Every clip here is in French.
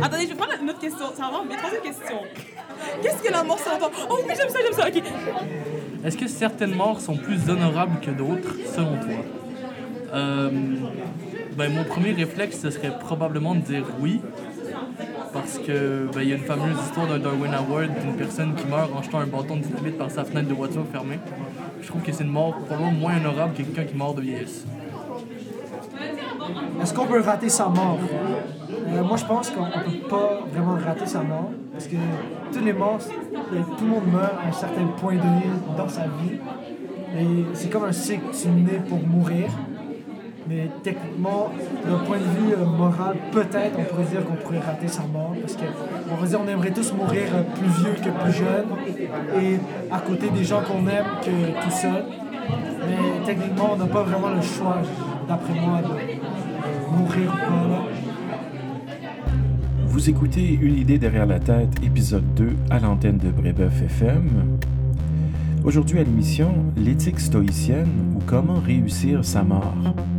Attendez, je vais prendre une autre question. Ça va avoir mes troisième question. Qu'est-ce que la mort s'entend? Oh oui, j'aime ça, ok. Est-ce que certaines morts sont plus honorables que d'autres, selon toi? Mon premier réflexe, ce serait probablement de dire oui. Parce que il y a une fameuse histoire d'un Darwin Award d'une personne qui meurt en jetant un bâton de dynamite par sa fenêtre de voiture fermée. Je trouve que c'est une mort probablement moins honorable que quelqu'un qui meurt de vieillesse. Est-ce qu'on peut rater sa mort? Moi, je pense qu'on ne peut pas vraiment rater sa mort. Parce que tous les morts, tout le monde meurt à un certain point donné dans sa vie. Et c'est comme un cycle, tu nais pour mourir. Mais techniquement, d'un point de vue moral, peut-être on pourrait dire qu'on pourrait rater sa mort. Parce qu'on va dire qu'on aimerait tous mourir plus vieux que plus jeune. Et à côté des gens qu'on aime que tout seul. Mais techniquement, on n'a pas vraiment le choix, d'après moi, de mourir ou pas là. Vous écoutez Une idée derrière la tête, épisode 2, à l'antenne de Brébeuf FM. Aujourd'hui à l'émission, l'éthique stoïcienne ou comment réussir sa mort.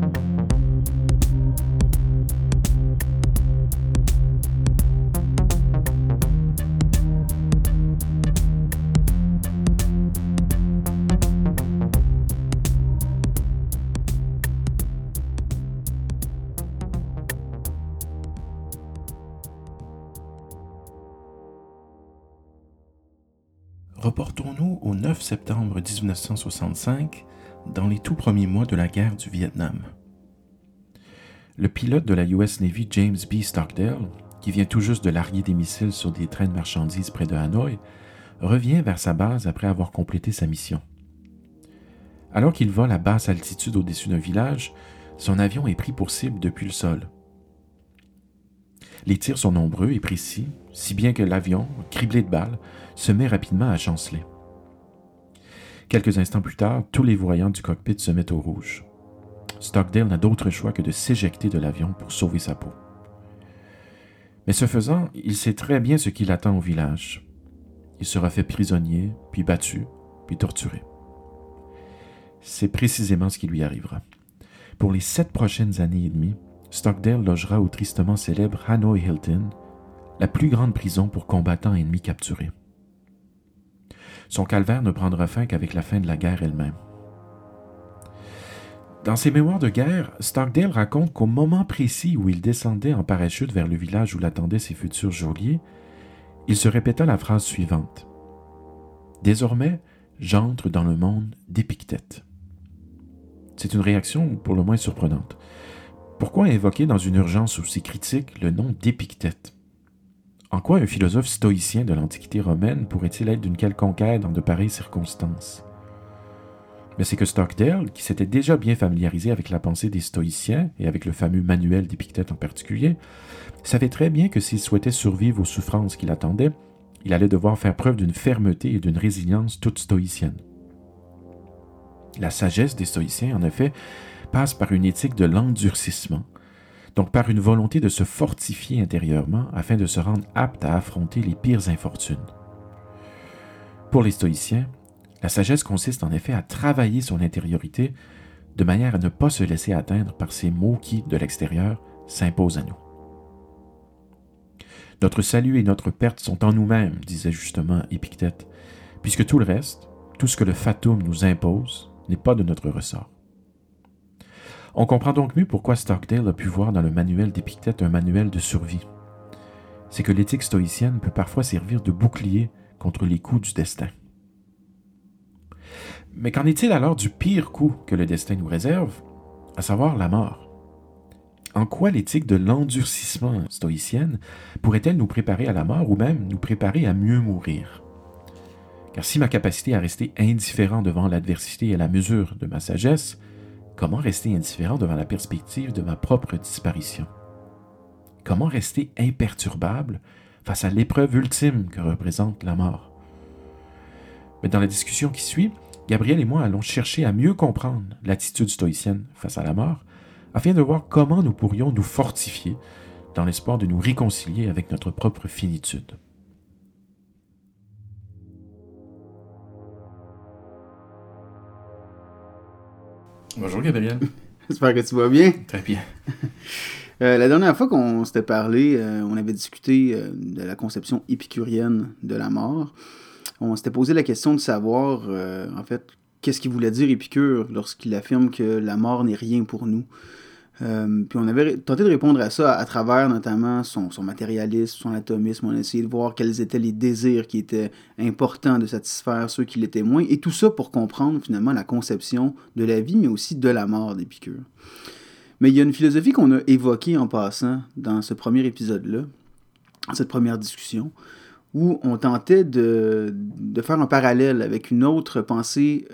Reportons-nous au 9 septembre 1965, dans les tout premiers mois de la guerre du Vietnam. Le pilote de la US Navy James B. Stockdale, qui vient tout juste de larguer des missiles sur des trains de marchandises près de Hanoï, revient vers sa base après avoir complété sa mission. Alors qu'il vole à basse altitude au-dessus d'un village, son avion est pris pour cible depuis le sol. Les tirs sont nombreux et précis, si bien que l'avion, criblé de balles, se met rapidement à chanceler. Quelques instants plus tard, tous les voyants du cockpit se mettent au rouge. Stockdale n'a d'autre choix que de s'éjecter de l'avion pour sauver sa peau. Mais ce faisant, il sait très bien ce qui l'attend au village. Il sera fait prisonnier, puis battu, puis torturé. C'est précisément ce qui lui arrivera. Pour les 7 prochaines années et demie, Stockdale logera au tristement célèbre Hanoi Hilton, la plus grande prison pour combattants ennemis capturés. Son calvaire ne prendra fin qu'avec la fin de la guerre elle-même. Dans ses mémoires de guerre, Stockdale raconte qu'au moment précis où il descendait en parachute vers le village où l'attendaient ses futurs geôliers, il se répéta la phrase suivante. « Désormais, j'entre dans le monde d'Épictète. » C'est une réaction pour le moins surprenante. Pourquoi invoquer dans une urgence aussi critique le nom d'Épictète? En quoi un philosophe stoïcien de l'Antiquité romaine pourrait-il être d'une quelconque aide dans de pareilles circonstances? Mais c'est que Stockdale, qui s'était déjà bien familiarisé avec la pensée des stoïciens et avec le fameux manuel d'Épictète en particulier, savait très bien que s'il souhaitait survivre aux souffrances qui l'attendaient, il allait devoir faire preuve d'une fermeté et d'une résilience toute stoïcienne. La sagesse des stoïciens, en effet, passe par une éthique de l'endurcissement, donc par une volonté de se fortifier intérieurement afin de se rendre apte à affronter les pires infortunes. Pour les stoïciens, la sagesse consiste en effet à travailler son intériorité de manière à ne pas se laisser atteindre par ces maux qui, de l'extérieur, s'imposent à nous. Notre salut et notre perte sont en nous-mêmes, disait justement Épictète, puisque tout le reste, tout ce que le fatum nous impose, n'est pas de notre ressort. On comprend donc mieux pourquoi Stockdale a pu voir dans le manuel d'Épictète un manuel de survie. C'est que l'éthique stoïcienne peut parfois servir de bouclier contre les coups du destin. Mais qu'en est-il alors du pire coup que le destin nous réserve, à savoir la mort? En quoi l'éthique de l'endurcissement stoïcienne pourrait-elle nous préparer à la mort ou même nous préparer à mieux mourir? Car si ma capacité à rester indifférent devant l'adversité est la mesure de ma sagesse, comment rester indifférent devant la perspective de ma propre disparition? Comment rester imperturbable face à l'épreuve ultime que représente la mort? Mais dans la discussion qui suit, Gabriel et moi allons chercher à mieux comprendre l'attitude stoïcienne face à la mort, afin de voir comment nous pourrions nous fortifier dans l'espoir de nous réconcilier avec notre propre finitude. Bonjour Gabriel. J'espère que tu vas bien. Très bien. La dernière fois qu'on s'était parlé, on avait discuté de la conception épicurienne de la mort. On s'était posé la question de savoir, en fait, qu'est-ce qu'il voulait dire Épicure lorsqu'il affirme que la mort n'est rien pour nous. Puis on avait tenté de répondre à ça à travers notamment son matérialisme, son atomisme. On a essayé de voir quels étaient les désirs qui étaient importants de satisfaire, ceux qui l'étaient moins, et tout ça pour comprendre finalement la conception de la vie, mais aussi de la mort d'Épicure. Mais il y a une philosophie qu'on a évoquée en passant dans ce premier épisode-là, cette première discussion, où on tentait de faire un parallèle avec une autre pensée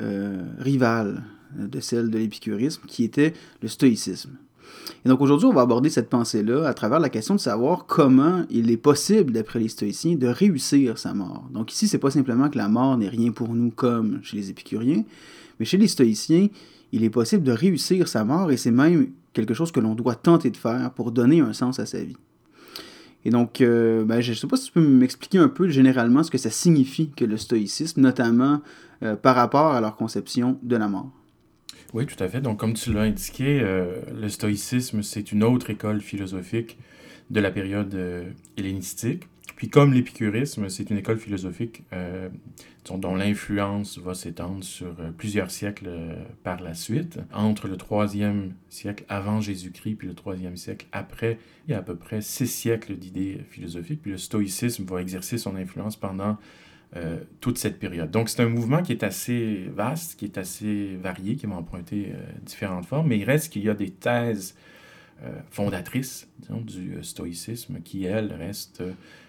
rivale de celle de l'épicurisme, qui était le stoïcisme. Et donc aujourd'hui, on va aborder cette pensée-là à travers la question de savoir comment il est possible, d'après les stoïciens, de réussir sa mort. Donc ici, c'est pas simplement que la mort n'est rien pour nous comme chez les épicuriens, mais chez les stoïciens, il est possible de réussir sa mort et c'est même quelque chose que l'on doit tenter de faire pour donner un sens à sa vie. Et donc, je ne sais pas si tu peux m'expliquer un peu généralement ce que ça signifie que le stoïcisme, notamment par rapport à leur conception de la mort. Oui, tout à fait. Donc, comme tu l'as indiqué, le stoïcisme, c'est une autre école philosophique de la période hellénistique. Puis, comme l'épicurisme, c'est une école philosophique dont l'influence va s'étendre sur plusieurs siècles par la suite. Entre le 3e siècle avant Jésus-Christ puis le 3e siècle après, il y a à peu près 6 siècles d'idées philosophiques. Puis le stoïcisme va exercer son influence pendant toute cette période. Donc, c'est un mouvement qui est assez vaste, qui est assez varié, qui va emprunter différentes formes, mais il reste qu'il y a des thèses fondatrices, disons, du stoïcisme qui, elles, restent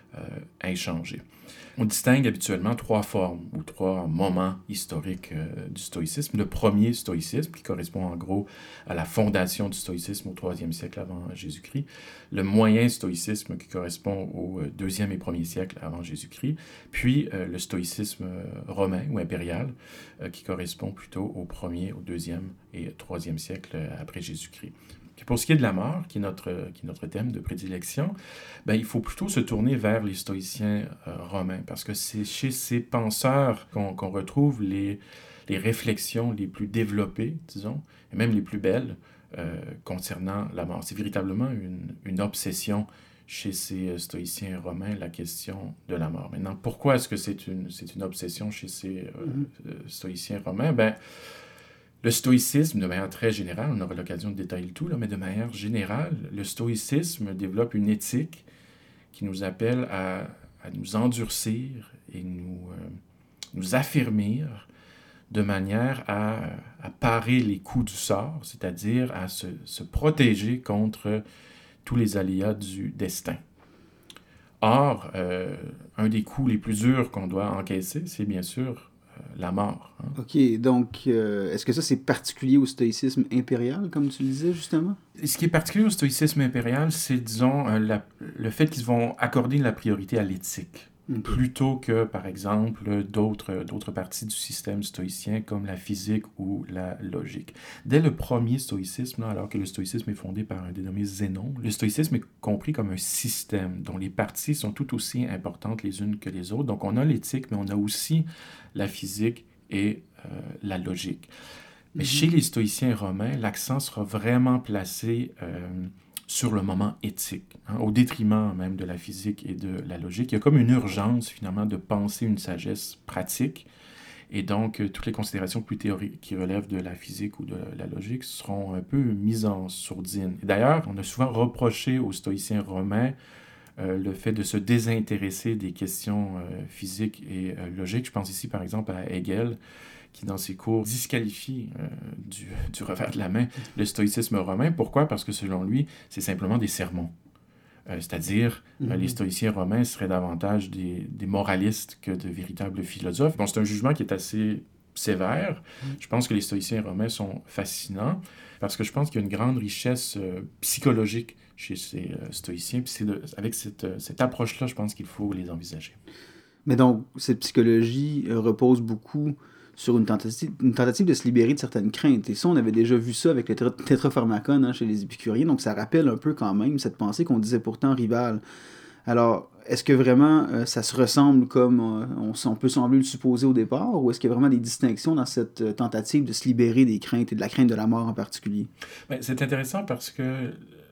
inchangées. On distingue habituellement 3 formes ou 3 moments historiques du stoïcisme. Le premier stoïcisme, qui correspond en gros à la fondation du stoïcisme au 3e siècle avant Jésus-Christ. Le moyen stoïcisme, qui correspond au 2e et 1er siècle avant Jésus-Christ. Puis le stoïcisme romain ou impérial, qui correspond plutôt au 1er, au 2e et 3e siècle après Jésus-Christ. Et pour ce qui est de la mort, qui est notre thème de prédilection, il faut plutôt se tourner vers les stoïciens romains, parce que c'est chez ces penseurs qu'on retrouve les réflexions les plus développées, disons, et même les plus belles concernant la mort. C'est véritablement une obsession chez ces stoïciens romains, la question de la mort. Maintenant, pourquoi est-ce que c'est une obsession chez ces stoïciens romains? Le stoïcisme, de manière très générale, on aura l'occasion de détailler le tout, mais de manière générale, le stoïcisme développe une éthique qui nous appelle à nous endurcir et nous affermir de manière à parer les coups du sort, c'est-à-dire à se protéger contre tous les aléas du destin. Or, un des coups les plus durs qu'on doit encaisser, c'est bien sûr la mort. Hein. OK, donc est-ce que ça c'est particulier au stoïcisme impérial, comme tu le disais justement? Ce qui est particulier au stoïcisme impérial, c'est, disons, le fait qu'ils vont accorder la priorité à l'éthique, plutôt que, par exemple, d'autres parties du système stoïcien, comme la physique ou la logique. Dès le premier stoïcisme, alors que le stoïcisme est fondé par un dénommé Zénon, le stoïcisme est compris comme un système dont les parties sont tout aussi importantes les unes que les autres. Donc, on a l'éthique, mais on a aussi la physique et la logique. Mais chez les stoïciens romains, l'accent sera vraiment placé sur le moment éthique, au détriment même de la physique et de la logique. Il y a comme une urgence, finalement, de penser une sagesse pratique, et donc toutes les considérations plus théoriques qui relèvent de la physique ou de la logique seront un peu mises en sourdine. Et d'ailleurs, on a souvent reproché aux stoïciens romains le fait de se désintéresser des questions physiques et logiques. Je pense ici, par exemple, à Hegel, qui, dans ses cours, disqualifie du revers de la main le stoïcisme romain. Pourquoi? Parce que, selon lui, c'est simplement des sermons. C'est-à-dire, les stoïciens romains seraient davantage des moralistes que de véritables philosophes. Bon, c'est un jugement qui est assez sévère. Je pense que les stoïciens romains sont fascinants parce que je pense qu'il y a une grande richesse psychologique chez ces stoïciens. Puis avec cette approche-là, je pense qu'il faut les envisager. Mais donc, cette psychologie repose beaucoup sur une tentative de se libérer de certaines craintes. Et ça, on avait déjà vu ça avec le tétrapharmacone chez les épicuriens, donc ça rappelle un peu quand même cette pensée qu'on disait pourtant rivale. Alors, est-ce que vraiment ça se ressemble comme on peut sembler le supposer au départ, ou est-ce qu'il y a vraiment des distinctions dans cette tentative de se libérer des craintes et de la crainte de la mort en particulier? C'est intéressant parce que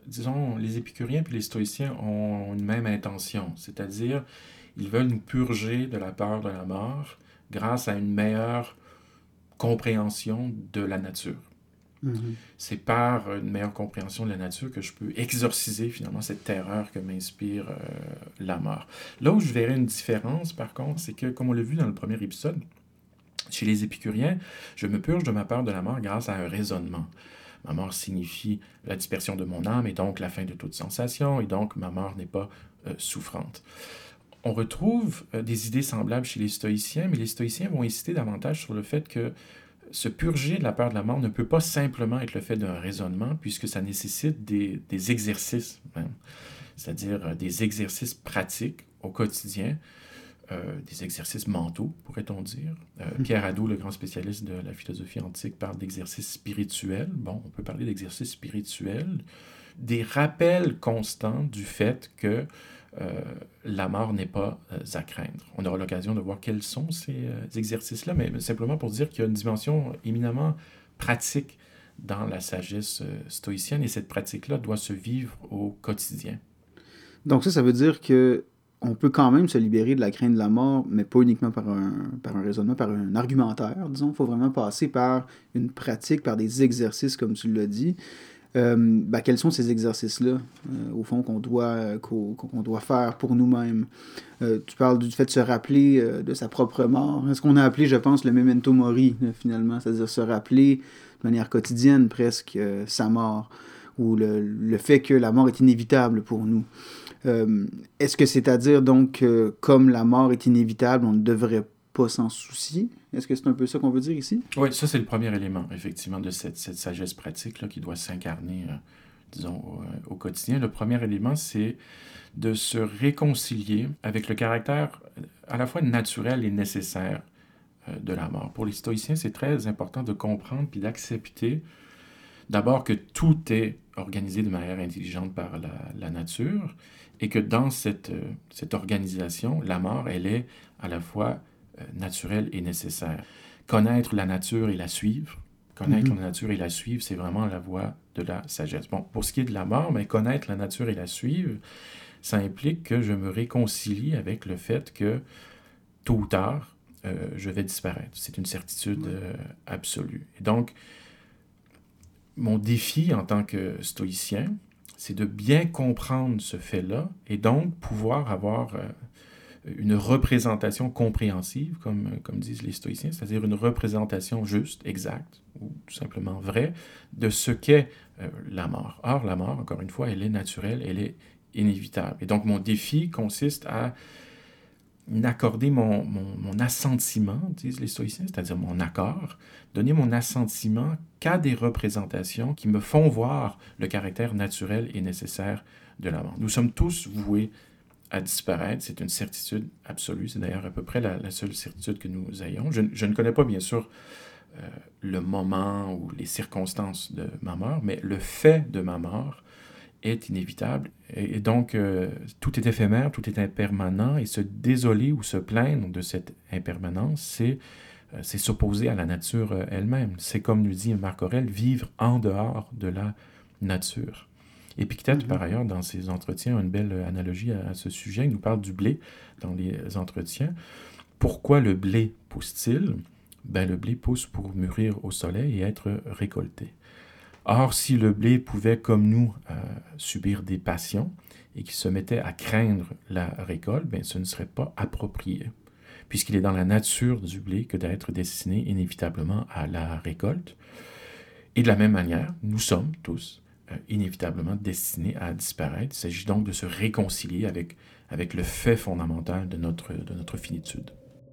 disons, les épicuriens puis les stoïciens ont une même intention, c'est-à-dire ils veulent nous purger de la peur de la mort grâce à une meilleure compréhension de la nature. C'est par une meilleure compréhension de la nature que je peux exorciser finalement cette terreur que m'inspire la mort. Là où je verrais une différence, par contre, c'est que, comme on l'a vu dans le premier épisode, chez les épicuriens, je me purge de ma peur de la mort grâce à un raisonnement. Ma mort signifie la dispersion de mon âme et donc la fin de toute sensation, et donc ma mort n'est pas souffrante. On retrouve des idées semblables chez les stoïciens, mais les stoïciens vont insister davantage sur le fait que se purger de la peur de la mort ne peut pas simplement être le fait d'un raisonnement, puisque ça nécessite des exercices, même. C'est-à-dire des exercices pratiques au quotidien, des exercices mentaux, pourrait-on dire. Pierre Hadot, le grand spécialiste de la philosophie antique, parle d'exercices spirituels. Bon, on peut parler d'exercices spirituels, des rappels constants du fait que la mort n'est pas à craindre. On aura l'occasion de voir quels sont ces exercices-là, mais simplement pour dire qu'il y a une dimension éminemment pratique dans la sagesse stoïcienne, et cette pratique-là doit se vivre au quotidien. Donc ça veut dire que on peut quand même se libérer de la crainte de la mort, mais pas uniquement par un raisonnement, par un argumentaire, disons. Il faut vraiment passer par une pratique, par des exercices, comme tu l'as dit. Quels sont ces exercices-là, au fond, qu'on doit faire pour nous-mêmes? Tu parles du fait de se rappeler de sa propre mort. Est-ce qu'on a appelé, je pense, le memento mori, finalement, c'est-à-dire se rappeler de manière quotidienne, presque, sa mort, ou le fait que la mort est inévitable pour nous. Est-ce que c'est-à-dire, donc, comme la mort est inévitable, on ne devrait pas s'en soucier? Est-ce que c'est un peu ça qu'on veut dire ici? Oui, ça, c'est le premier élément, effectivement, de cette sagesse pratique là, qui doit s'incarner, disons, au quotidien. Le premier élément, c'est de se réconcilier avec le caractère à la fois naturel et nécessaire de la mort. Pour les stoïciens, c'est très important de comprendre puis d'accepter d'abord que tout est organisé de manière intelligente par la nature et que dans cette organisation, la mort, elle est à la fois naturelle et nécessaire. Connaître la nature et la suivre, la nature et la suivre, c'est vraiment la voie de la sagesse. Bon, pour ce qui est de la mort, mais connaître la nature et la suivre, ça implique que je me réconcilie avec le fait que tôt ou tard, je vais disparaître. C'est une certitude absolue. Et donc, mon défi en tant que stoïcien, c'est de bien comprendre ce fait-là et donc pouvoir avoir une représentation compréhensive, comme disent les stoïciens, c'est-à-dire une représentation juste, exacte, ou tout simplement vraie, de ce qu'est la mort. Or, la mort, encore une fois, elle est naturelle, elle est inévitable. Et donc, mon défi consiste à n'accorder mon assentiment, disent les stoïciens, c'est-à-dire mon accord, donner mon assentiment qu'à des représentations qui me font voir le caractère naturel et nécessaire de la mort. Nous sommes tous voués à disparaître, c'est une certitude absolue, c'est d'ailleurs à peu près la seule certitude que nous ayons. Je ne connais pas, bien sûr, le moment ou les circonstances de ma mort, mais le fait de ma mort est inévitable. Et donc, tout est éphémère, tout est impermanent, et se désoler ou se plaindre de cette impermanence, c'est s'opposer à la nature elle-même. C'est, comme nous dit Marc Aurèle, vivre en dehors de la nature. Épictète, par ailleurs, dans ses entretiens, a une belle analogie à ce sujet. Il nous parle du blé dans les entretiens. Pourquoi le blé pousse-t-il? Le blé pousse pour mûrir au soleil et être récolté. Or, si le blé pouvait, comme nous, subir des passions et qu'il se mettait à craindre la récolte, ce ne serait pas approprié, puisqu'il est dans la nature du blé que d'être destiné inévitablement à la récolte. Et de la même manière, nous sommes tous inévitablement destinés à disparaître. Il s'agit donc de se réconcilier avec le fait fondamental de notre finitude.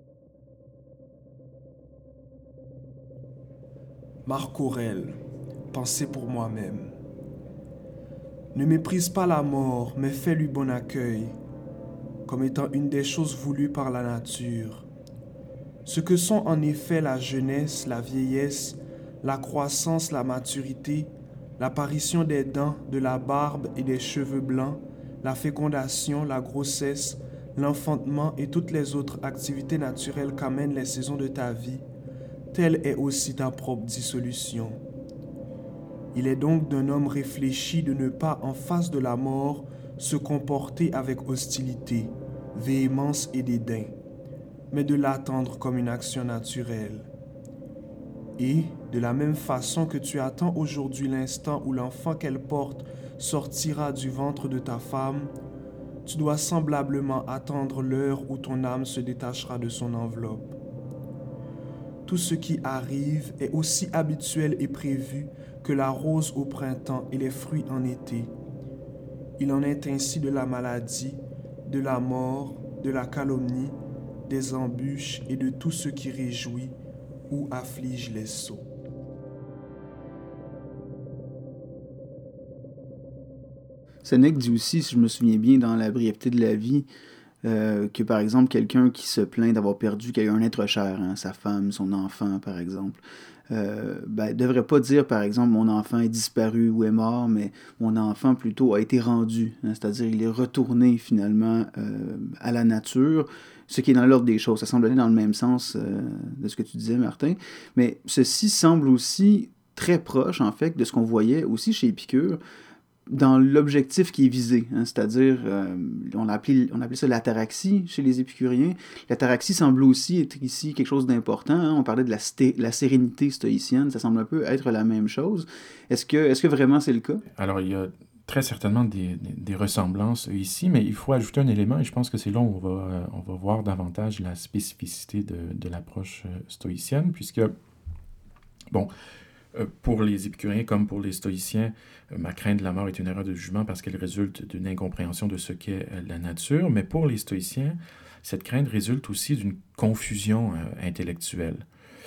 Marc Aurèle, pensée pour moi-même. Ne méprise pas la mort, mais fais-lui bon accueil, comme étant une des choses voulues par la nature. Ce que sont en effet la jeunesse, la vieillesse, la croissance, la maturité, l'apparition des dents, de la barbe et des cheveux blancs, la fécondation, la grossesse, l'enfantement et toutes les autres activités naturelles qu'amènent les saisons de ta vie, telle est aussi ta propre dissolution. Il est donc d'un homme réfléchi de ne pas, en face de la mort, se comporter avec hostilité, véhémence et dédain, mais de l'attendre comme une action naturelle. Et, de la même façon que tu attends aujourd'hui l'instant où l'enfant qu'elle porte sortira du ventre de ta femme, tu dois semblablement attendre l'heure où ton âme se détachera de son enveloppe. Tout ce qui arrive est aussi habituel et prévu que la rose au printemps et les fruits en été. Il en est ainsi de la maladie, de la mort, de la calomnie, des embûches et de tout ce qui réjouit ou afflige les sots. Sénèque dit aussi, si je me souviens bien, dans La brièveté de la vie, que par exemple, quelqu'un qui se plaint d'avoir perdu un être cher, hein, sa femme, son enfant, par exemple, devrait pas dire, par exemple, mon enfant est disparu ou est mort, mais mon enfant plutôt a été rendu, hein, c'est-à-dire il est retourné finalement à la nature, ce qui est dans l'ordre des choses. Ça semble aller dans le même sens de ce que tu disais, Martin, mais ceci semble aussi très proche, en fait, de ce qu'on voyait aussi chez Épicure, dans l'objectif qui est visé, hein, c'est-à-dire, on appelait ça l'ataraxie chez les épicuriens. L'ataraxie semble aussi être ici quelque chose d'important, hein. On parlait de la sérénité stoïcienne, ça semble un peu être la même chose. Est-ce que vraiment c'est le cas? Alors, il y a très certainement des ressemblances ici, mais il faut ajouter un élément, et je pense que c'est là où on va voir davantage la spécificité de l'approche stoïcienne, puisque, bon, pour les épicuriens comme pour les stoïciens, ma crainte de la mort est une erreur de jugement parce qu'elle résulte d'une incompréhension de ce qu'est la nature, mais pour les stoïciens, cette crainte résulte aussi d'une confusion intellectuelle.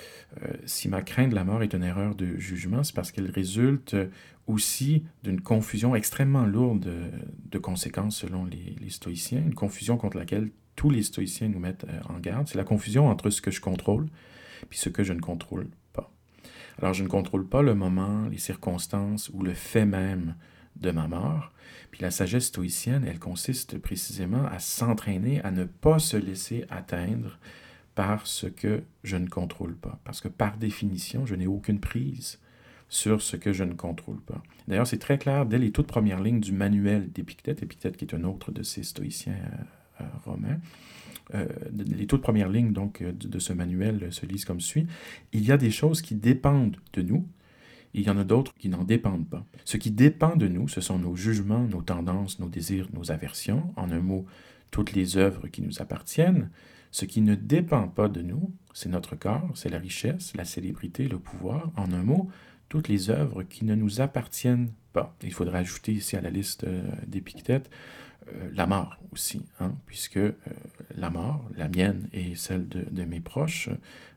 Si ma crainte de la mort est une erreur de jugement, c'est parce qu'elle résulte aussi d'une confusion extrêmement lourde de conséquences selon les stoïciens, une confusion contre laquelle tous les stoïciens nous mettent en garde. C'est la confusion entre ce que je contrôle puis ce que je ne contrôle pas. Alors, je ne contrôle pas le moment, les circonstances ou le fait même de ma mort. Puis la sagesse stoïcienne, elle consiste précisément à s'entraîner à ne pas se laisser atteindre par ce que je ne contrôle pas. Parce que par définition, je n'ai aucune prise sur ce que je ne contrôle pas. D'ailleurs, c'est très clair dès les toutes premières lignes du manuel d'Épictète, Épictète qui est un autre de ces stoïciens romains. Les toutes premières lignes donc, de ce manuel se lisent comme suit. Il y a des choses qui dépendent de nous, il y en a d'autres qui n'en dépendent pas. Ce qui dépend de nous, ce sont nos jugements, nos tendances, nos désirs, nos aversions, en un mot, toutes les œuvres qui nous appartiennent. Ce qui ne dépend pas de nous, c'est notre corps, c'est la richesse, la célébrité, le pouvoir, en un mot, toutes les œuvres qui ne nous appartiennent pas. Il faudrait ajouter ici à la liste d'Épictète la mort aussi, hein, puisque la mort, la mienne et celle de mes proches,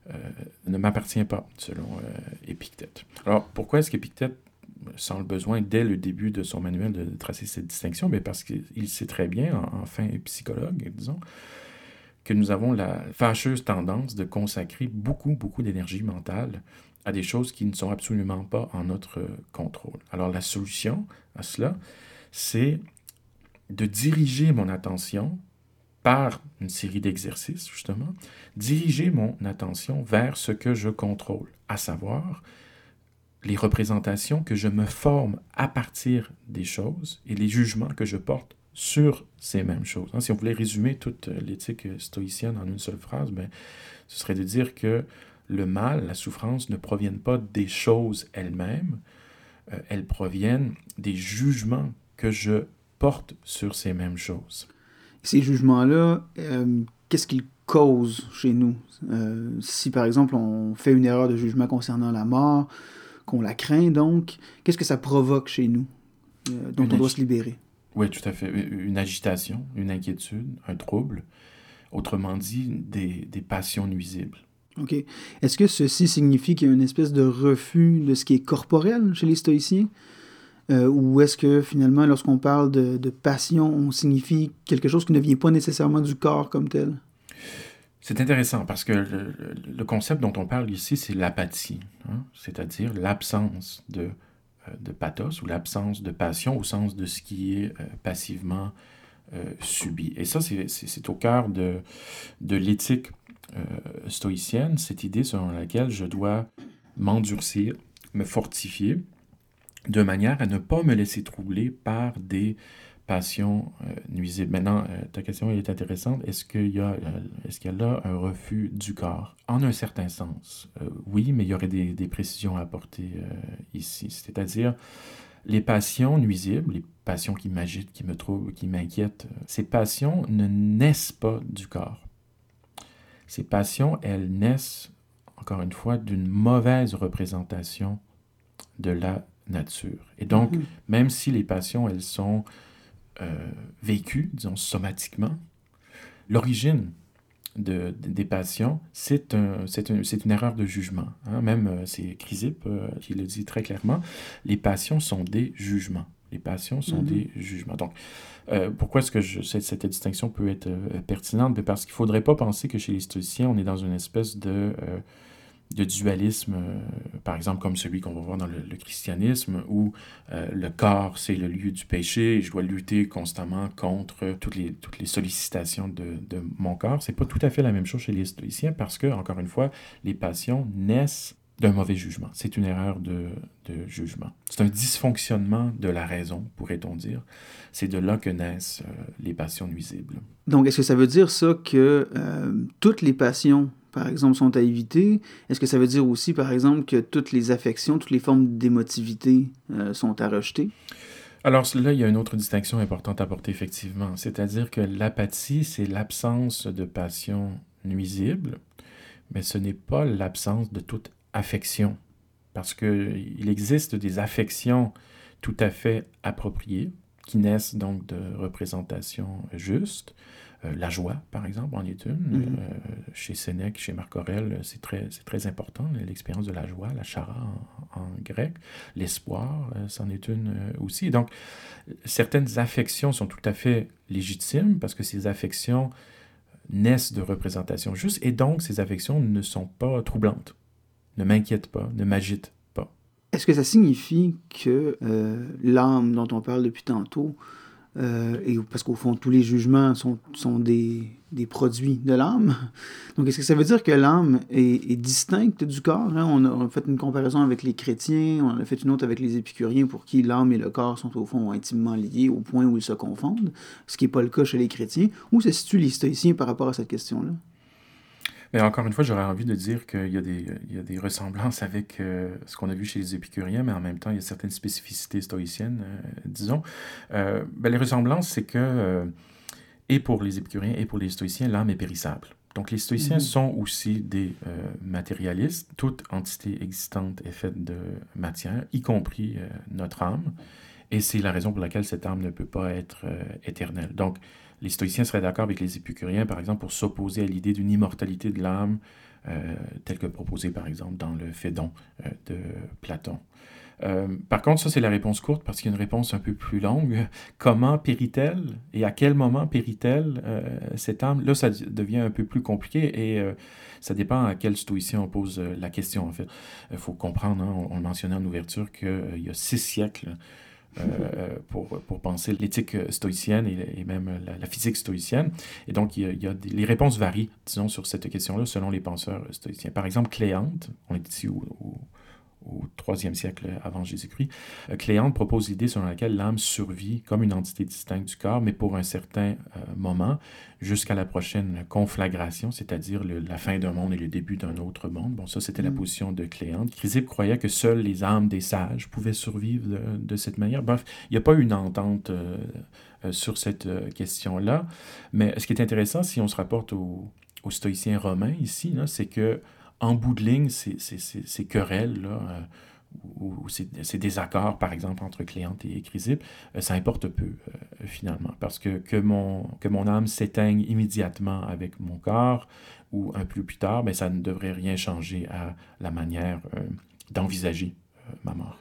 ne m'appartient pas, selon Épictète. Alors, pourquoi est-ce qu'Épictète sent le besoin, dès le début de son manuel, de tracer cette distinction? Bien parce qu'il sait très bien, en fin psychologue, disons, que nous avons la fâcheuse tendance de consacrer beaucoup d'énergie mentale à des choses qui ne sont absolument pas en notre contrôle. Alors, la solution à cela, c'est de diriger mon attention par une série d'exercices, justement, diriger mon attention vers ce que je contrôle, à savoir les représentations que je me forme à partir des choses et les jugements que je porte sur ces mêmes choses. Si on voulait résumer toute l'éthique stoïcienne en une seule phrase, ce serait de dire que le mal, la souffrance, ne proviennent pas des choses elles-mêmes, elles proviennent des jugements que je porte sur ces mêmes choses. Ces jugements-là, qu'est-ce qu'ils causent chez nous? Si, par exemple, on fait une erreur de jugement concernant la mort, qu'on la craint donc, qu'est-ce que ça provoque chez nous, dont on doit se libérer? Oui, tout à fait. Une agitation, une inquiétude, un trouble. Autrement dit, des passions nuisibles. OK. Est-ce que ceci signifie qu'il y a une espèce de refus de ce qui est corporel chez les stoïciens? Ou est-ce que finalement, lorsqu'on parle de passion, on signifie quelque chose qui ne vient pas nécessairement du corps comme tel? C'est intéressant parce que le concept dont on parle ici, c'est l'apathie, hein? C'est-à-dire l'absence de pathos ou l'absence de passion au sens de ce qui est passivement subi. Et ça, c'est au cœur de l'éthique stoïcienne, cette idée selon laquelle je dois m'endurcir, me fortifier de manière à ne pas me laisser troubler par des passions nuisibles. Maintenant, ta question est intéressante. Est-ce qu'il y a là un refus du corps? En un certain sens, oui, mais il y aurait des précisions à apporter ici. C'est-à-dire, les passions nuisibles, les passions qui m'agitent, qui me troublent, qui m'inquiètent, ces passions ne naissent pas du corps. Ces passions, elles naissent, encore une fois, d'une mauvaise représentation de la nature. Et donc, même si les passions, elles sont vécues, disons, somatiquement, l'origine des passions, c'est une erreur de jugement. Hein? Même, c'est Chrysippe qui le dit très clairement, les passions sont des jugements. Les passions sont des jugements. Donc, pourquoi est-ce que cette distinction peut être pertinente? Parce qu'il ne faudrait pas penser que chez les stoïciens, on est dans une espèce de dualisme, par exemple comme celui qu'on va voir dans le christianisme, où le corps, c'est le lieu du péché, et je dois lutter constamment contre toutes les sollicitations de mon corps. C'est pas tout à fait la même chose chez les stoïciens, parce que, encore une fois, les passions naissent d'un mauvais jugement. C'est une erreur de jugement. C'est un dysfonctionnement de la raison, pourrait-on dire. C'est de là que naissent les passions nuisibles. Donc, est-ce que ça veut dire ça que toutes les passions, par exemple, sont à éviter? Est-ce que ça veut dire aussi, par exemple, que toutes les affections, toutes les formes d'émotivité sont à rejeter? Alors là, il y a une autre distinction importante à porter, effectivement. C'est-à-dire que l'apathie, c'est l'absence de passion nuisible, mais ce n'est pas l'absence de toute affection. Parce qu'il existe des affections tout à fait appropriées, qui naissent donc de représentations justes. La joie, par exemple, en est une. Chez Sénèque, chez Marc Aurèle, c'est très important, l'expérience de la joie, la chara en grec. L'espoir, c'en est une aussi. Et donc, certaines affections sont tout à fait légitimes parce que ces affections naissent de représentations justes et donc ces affections ne sont pas troublantes, ne m'inquiètent pas, ne m'agitent pas. Est-ce que ça signifie que l'âme dont on parle depuis tantôt, parce qu'au fond, tous les jugements sont des produits de l'âme. Donc, est-ce que ça veut dire que l'âme est distincte du corps? Hein? On a fait une comparaison avec les chrétiens, on en a fait une autre avec les épicuriens, pour qui l'âme et le corps sont au fond intimement liés au point où ils se confondent, ce qui n'est pas le cas chez les chrétiens. Où se situent les stoïciens par rapport à cette question-là? Mais encore une fois, j'aurais envie de dire qu'il y a des ressemblances avec ce qu'on a vu chez les épicuriens, mais en même temps, il y a certaines spécificités stoïciennes, disons. Les ressemblances, c'est que, et pour les épicuriens et pour les stoïciens, l'âme est périssable. Donc, les stoïciens sont aussi des matérialistes. Toute entité existante est faite de matière, y compris notre âme. Et c'est la raison pour laquelle cette âme ne peut pas être éternelle. Donc, les stoïciens seraient d'accord avec les épicuriens, par exemple, pour s'opposer à l'idée d'une immortalité de l'âme, telle que proposée, par exemple, dans le Phédon de Platon. Par contre, ça, c'est la réponse courte, parce qu'il y a une réponse un peu plus longue. Comment périt-elle et à quel moment périt-elle cette âme? Là, ça devient un peu plus compliqué et ça dépend à quel stoïcien on pose la question, en fait. Il faut comprendre, hein, on le mentionnait en ouverture, qu'il y a 6 siècles pour penser l'éthique stoïcienne et même la physique stoïcienne. Et donc, les réponses varient, disons, sur cette question-là, selon les penseurs stoïciens. Par exemple, Cléante, on est ici au IIIe siècle avant Jésus-Christ, Cléante propose l'idée selon laquelle l'âme survit comme une entité distincte du corps, mais pour un certain moment, jusqu'à la prochaine conflagration, c'est-à-dire la fin d'un monde et le début d'un autre monde. Bon, ça, c'était la position de Cléante. Chrysippe croyait que seules les âmes des sages pouvaient survivre de cette manière. Bref, il n'y a pas eu une entente sur cette question-là, mais ce qui est intéressant, si on se rapporte aux stoïciens romains ici, là, c'est que en bout de ligne, ces querelles, là, ou ces désaccords, par exemple, entre Cléante et Chrysippe, ça importe peu, finalement. Parce que mon âme s'éteigne immédiatement avec mon corps, ou un peu plus tard, ça ne devrait rien changer à la manière d'envisager ma mort.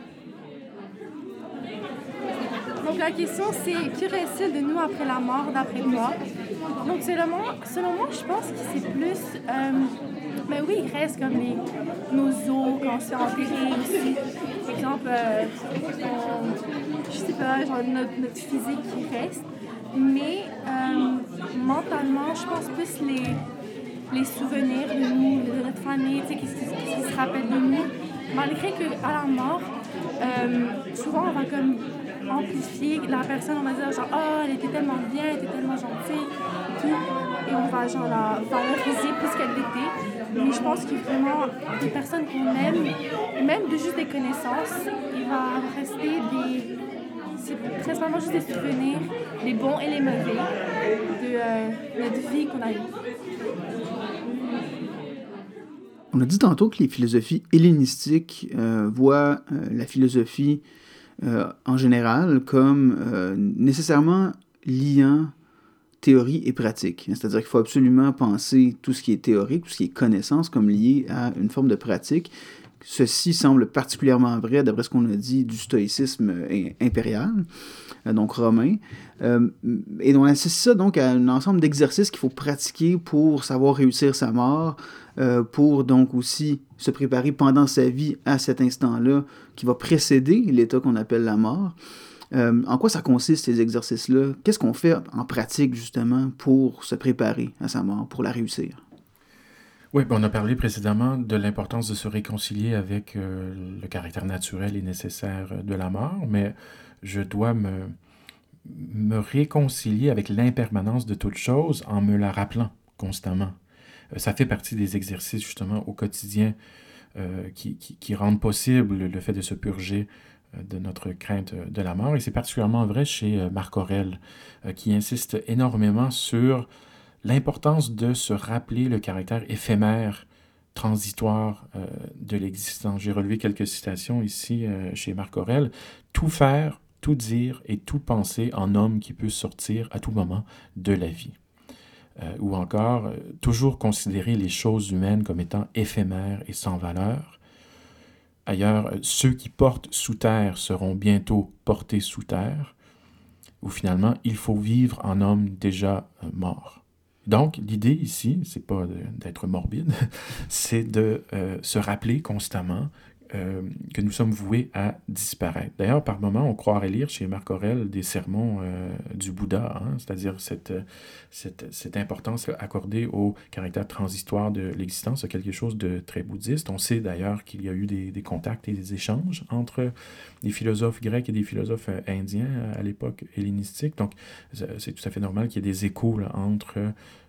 Donc la question, c'est que reste-t-il de nous après la mort, d'après toi? Donc selon moi, je pense que c'est plus... oui, il reste comme nos os quand on se fait enterrer aussi. Par exemple, je sais pas, genre notre physique qui reste. Mais mentalement, je pense plus les souvenirs de nous, de notre famille, tu sais, qui se rappellent de nous. Malgré qu'à la mort, souvent on va comme amplifier la personne, on va dire genre oh elle était tellement bien, elle était tellement gentille, tout, et on va genre la valoriser plus qu'elle l'était. Mais je pense que vraiment des personnes qu'on aime, même de juste des connaissances, il va rester c'est principalement juste des souvenirs, les bons et les mauvais de notre vie qu'on a eue. On a dit tantôt que les philosophies hellénistiques voient la philosophie en général comme nécessairement liant théorie et pratique. C'est-à-dire qu'il faut absolument penser tout ce qui est théorique, tout ce qui est connaissance comme lié à une forme de pratique. Ceci semble particulièrement vrai, d'après ce qu'on a dit, du stoïcisme impérial, donc romain. Et on associe ça donc à un ensemble d'exercices qu'il faut pratiquer pour savoir réussir sa mort, pour donc aussi se préparer pendant sa vie à cet instant-là qui va précéder l'état qu'on appelle la mort. En quoi ça consiste, ces exercices-là? Qu'est-ce qu'on fait en pratique, justement, pour se préparer à sa mort, pour la réussir? Oui, on a parlé précédemment de l'importance de se réconcilier avec le caractère naturel et nécessaire de la mort, mais je dois me réconcilier avec l'impermanence de toute chose en me la rappelant constamment. Ça fait partie des exercices, justement, au quotidien qui rendent possible le fait de se purger de notre crainte de la mort. Et c'est particulièrement vrai chez Marc Aurèle, qui insiste énormément sur l'importance de se rappeler le caractère éphémère, transitoire de l'existence. J'ai relevé quelques citations ici chez Marc Aurèle. « Tout faire, tout dire et tout penser en homme qui peut sortir à tout moment de la vie. » Ou encore, toujours considérer les choses humaines comme étant éphémères et sans valeur. Ailleurs, ceux qui portent sous terre seront bientôt portés sous terre. Ou finalement, il faut vivre en homme déjà mort. Donc, l'idée ici, c'est pas d'être morbide, c'est de se rappeler constamment que nous sommes voués à disparaître. D'ailleurs, par moments, on croirait lire chez Marc Aurèle des sermons du Bouddha, c'est-à-dire cette importance accordée au caractère transitoire de l'existence, c'est quelque chose de très bouddhiste. On sait d'ailleurs qu'il y a eu des contacts et des échanges entre des philosophes grecs et des philosophes indiens à l'époque hellénistique. Donc, c'est tout à fait normal qu'il y ait des échos là, entre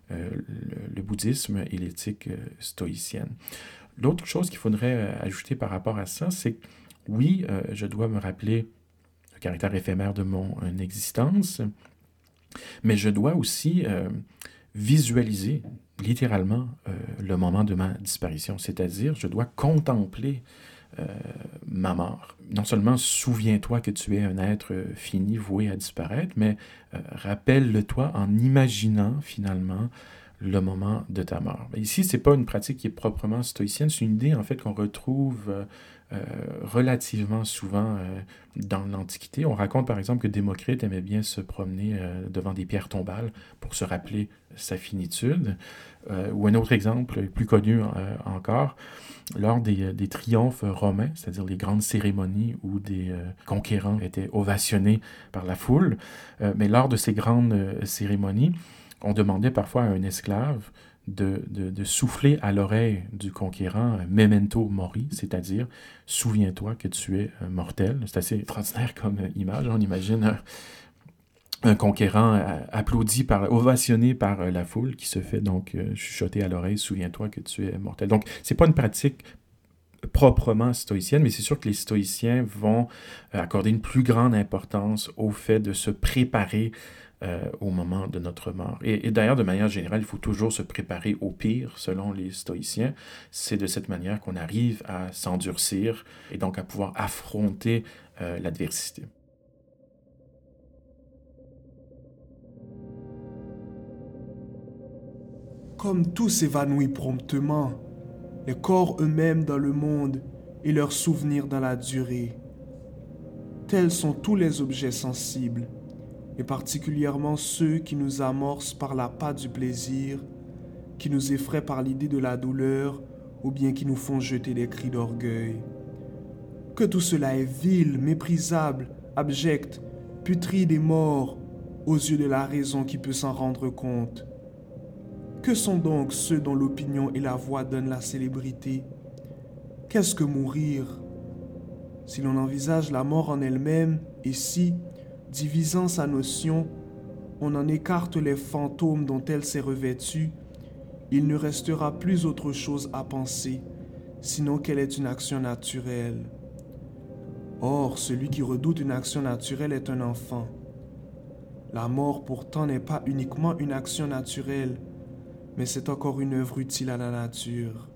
le bouddhisme et l'éthique stoïcienne. L'autre chose qu'il faudrait ajouter par rapport à ça, c'est que oui, je dois me rappeler le caractère éphémère de mon existence, mais je dois aussi visualiser littéralement le moment de ma disparition, c'est-à-dire je dois contempler ma mort. Non seulement souviens-toi que tu es un être fini, voué à disparaître, mais rappelle-le-toi en imaginant finalement le moment de ta mort. Ici, ce n'est pas une pratique qui est proprement stoïcienne, c'est une idée en fait qu'on retrouve relativement souvent dans l'Antiquité. On raconte par exemple que Démocrite aimait bien se promener devant des pierres tombales pour se rappeler sa finitude. Ou un autre exemple plus connu encore, lors des triomphes romains, c'est-à-dire les grandes cérémonies où des conquérants étaient ovationnés par la foule, mais lors de ces grandes cérémonies, on demandait parfois à un esclave de souffler à l'oreille du conquérant « memento mori », c'est-à-dire « souviens-toi que tu es mortel ». C'est assez extraordinaire comme image. On imagine un conquérant ovationné par la foule qui se fait donc chuchoter à l'oreille « souviens-toi que tu es mortel ». Donc, c'est pas une pratique proprement stoïcienne, mais c'est sûr que les stoïciens vont accorder une plus grande importance au fait de se préparer au moment de notre mort. Et d'ailleurs, de manière générale, il faut toujours se préparer au pire, selon les stoïciens. C'est de cette manière qu'on arrive à s'endurcir et donc à pouvoir affronter l'adversité. Comme tout s'évanouit promptement, les corps eux-mêmes dans le monde et leurs souvenirs dans la durée. Tels sont tous les objets sensibles, et particulièrement ceux qui nous amorcent par l'appât du plaisir, qui nous effraient par l'idée de la douleur, ou bien qui nous font jeter des cris d'orgueil. Que tout cela est vil, méprisable, abject, putride et mort, aux yeux de la raison qui peut s'en rendre compte. Que sont donc ceux dont l'opinion et la voix donnent la célébrité? Qu'est-ce que mourir? Si l'on envisage la mort en elle-même, et si, divisant sa notion, on en écarte les fantômes dont elle s'est revêtue, il ne restera plus autre chose à penser, sinon qu'elle est une action naturelle. Or, celui qui redoute une action naturelle est un enfant. La mort pourtant n'est pas uniquement une action naturelle, mais c'est encore une œuvre utile à la nature.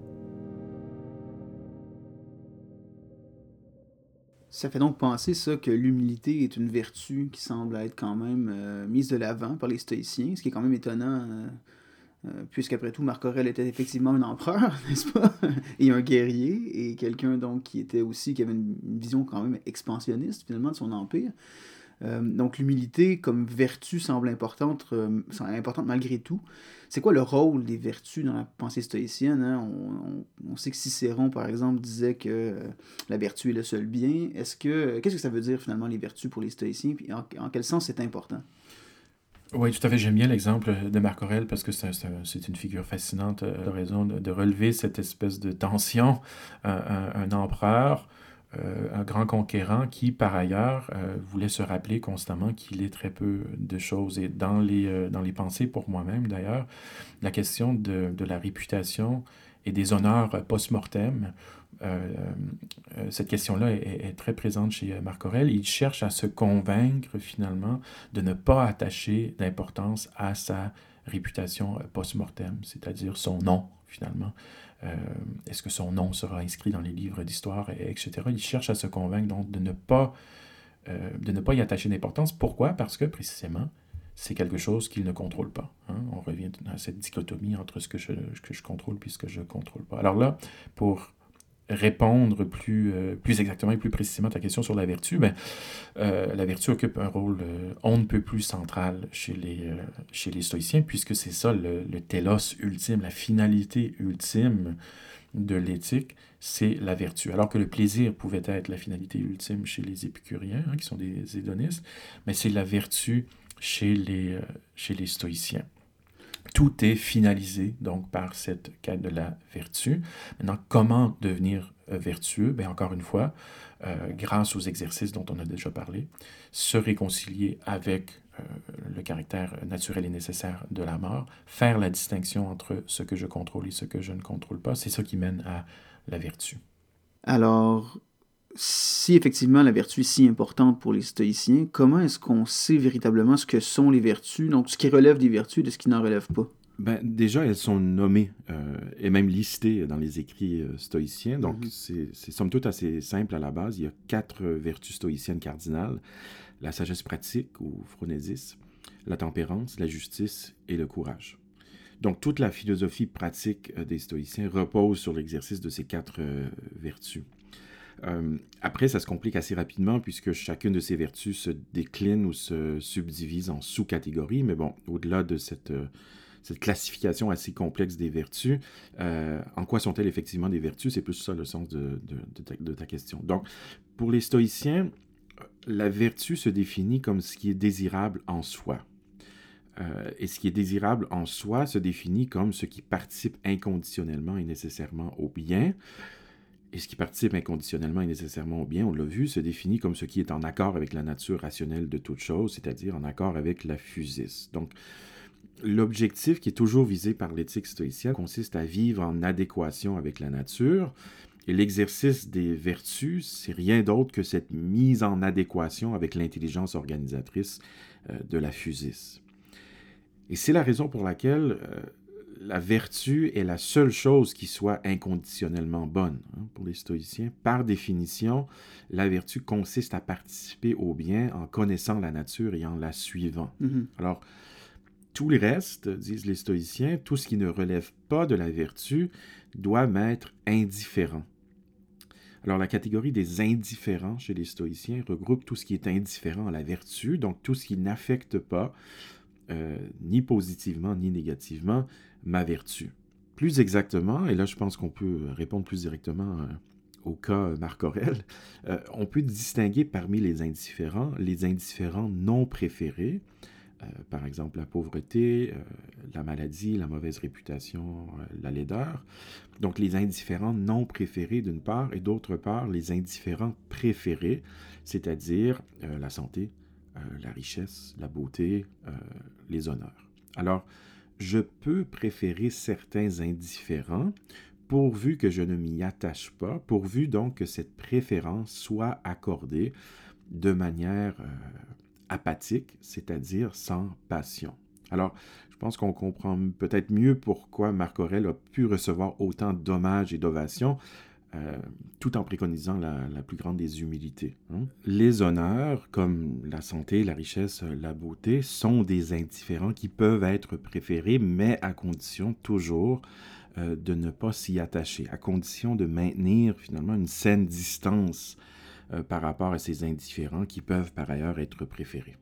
Ça fait donc penser ça que l'humilité est une vertu qui semble être quand même mise de l'avant par les stoïciens, ce qui est quand même étonnant, puisqu'après tout, Marc Aurèle était effectivement un empereur, n'est-ce pas? Et un guerrier, et quelqu'un donc qui avait une vision quand même expansionniste finalement de son empire. Donc l'humilité comme vertu semble importante malgré tout. C'est quoi le rôle des vertus dans la pensée stoïcienne, hein? On sait que Cicéron, par exemple, disait que la vertu est le seul bien. Qu'est-ce que ça veut dire finalement les vertus pour les stoïciens, puis en quel sens c'est important? Oui, tout à fait. J'aime bien l'exemple de Marc Aurèle parce que c'est une figure fascinante de raison de relever cette espèce de tension. Un empereur, un grand conquérant qui, par ailleurs, voulait se rappeler constamment qu'il est très peu de choses. Et dans les pensées, pour moi-même d'ailleurs, la question de la réputation et des honneurs post-mortem, cette question-là est très présente chez Marc Aurèle. Il cherche à se convaincre finalement de ne pas attacher d'importance à sa réputation post-mortem, c'est-à-dire son nom finalement. Est-ce que son nom sera inscrit dans les livres d'histoire, etc. Il cherche à se convaincre donc de ne pas y attacher d'importance. Pourquoi? Parce que précisément, c'est quelque chose qu'il ne contrôle pas. Hein? On revient à cette dichotomie entre ce que je contrôle et ce que je ne contrôle pas. Alors là, pour répondre plus exactement et plus précisément à ta question sur la vertu, la vertu occupe un rôle on ne peut plus central chez les stoïciens, puisque c'est ça le télos ultime, la finalité ultime de l'éthique, c'est la vertu. Alors que le plaisir pouvait être la finalité ultime chez les épicuriens, hein, qui sont des hédonistes, mais c'est la vertu chez les stoïciens. Tout est finalisé donc par cette quête de la vertu. Maintenant, comment devenir vertueux? Encore une fois, grâce aux exercices dont on a déjà parlé, se réconcilier avec le caractère naturel et nécessaire de la mort, faire la distinction entre ce que je contrôle et ce que je ne contrôle pas, c'est ça qui mène à la vertu. Alors, si effectivement la vertu est si importante pour les stoïciens, comment est-ce qu'on sait véritablement ce que sont les vertus, donc ce qui relève des vertus et de ce qui n'en relève pas? Déjà, elles sont nommées et même listées dans les écrits stoïciens. Donc, c'est somme toute assez simple à la base. Il y a 4 vertus stoïciennes cardinales. La sagesse pratique, ou phronésis, la tempérance, la justice et le courage. Donc, toute la philosophie pratique des stoïciens repose sur l'exercice de ces 4 vertus. Après, ça se complique assez rapidement puisque chacune de ces vertus se décline ou se subdivise en sous-catégories. Mais bon, au-delà de cette classification assez complexe des vertus, en quoi sont-elles effectivement des vertus? C'est plus ça le sens de ta question. Donc, pour les stoïciens, la vertu se définit comme ce qui est désirable en soi. Et ce qui est désirable en soi se définit comme ce qui participe inconditionnellement et nécessairement au bien. Et ce qui participe inconditionnellement et nécessairement au bien, on l'a vu, se définit comme ce qui est en accord avec la nature rationnelle de toute chose, c'est-à-dire en accord avec la physis. Donc, l'objectif qui est toujours visé par l'éthique stoïcienne consiste à vivre en adéquation avec la nature. Et l'exercice des vertus, c'est rien d'autre que cette mise en adéquation avec l'intelligence organisatrice de la physis. Et c'est la raison pour laquelle la vertu est la seule chose qui soit inconditionnellement bonne, hein, pour les stoïciens. Par définition, la vertu consiste à participer au bien en connaissant la nature et en la suivant. Alors, tout le reste, disent les stoïciens, tout ce qui ne relève pas de la vertu doit m'être indifférent. Alors, la catégorie des indifférents chez les stoïciens regroupe tout ce qui est indifférent à la vertu, donc tout ce qui n'affecte pas, ni positivement ni négativement, ma vertu. Plus exactement, et là je pense qu'on peut répondre plus directement au cas Marc Aurèle, on peut distinguer parmi les indifférents non préférés, par exemple la pauvreté, la maladie, la mauvaise réputation, la laideur. Donc les indifférents non préférés d'une part, et d'autre part les indifférents préférés, c'est-à-dire la santé, la richesse, la beauté, les honneurs. Alors, je peux préférer certains indifférents pourvu que je ne m'y attache pas, pourvu donc que cette préférence soit accordée de manière apathique, c'est-à-dire sans passion. Alors, je pense qu'on comprend peut-être mieux pourquoi Marc Aurèle a pu recevoir autant d'hommages et d'ovations, tout en préconisant la plus grande des humilités. Hein? Les honneurs, comme la santé, la richesse, la beauté, sont des indifférents qui peuvent être préférés, mais à condition toujours de ne pas s'y attacher, à condition de maintenir finalement une saine distance par rapport à ces indifférents qui peuvent par ailleurs être préférés.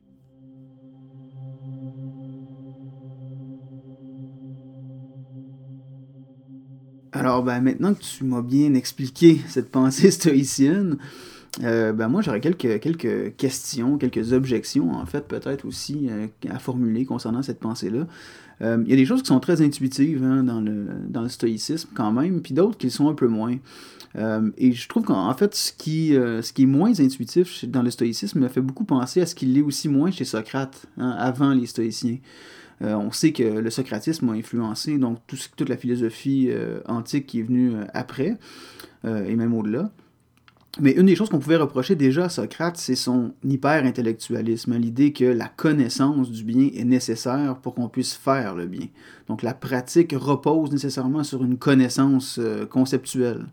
Alors, maintenant que tu m'as bien expliqué cette pensée stoïcienne, moi, j'aurais quelques questions, quelques objections, en fait, peut-être aussi à formuler concernant cette pensée-là. Il y a des choses qui sont très intuitives dans le stoïcisme, quand même, puis d'autres qui le sont un peu moins. Et je trouve qu'en fait, ce qui est moins intuitif dans le stoïcisme me fait beaucoup penser à ce qui l'est aussi moins chez Socrate, avant les stoïciens. On sait que le socratisme a influencé donc toute la philosophie antique qui est venue après, et même au-delà. Mais une des choses qu'on pouvait reprocher déjà à Socrate, c'est son hyper-intellectualisme, l'idée que la connaissance du bien est nécessaire pour qu'on puisse faire le bien. Donc la pratique repose nécessairement sur une connaissance conceptuelle.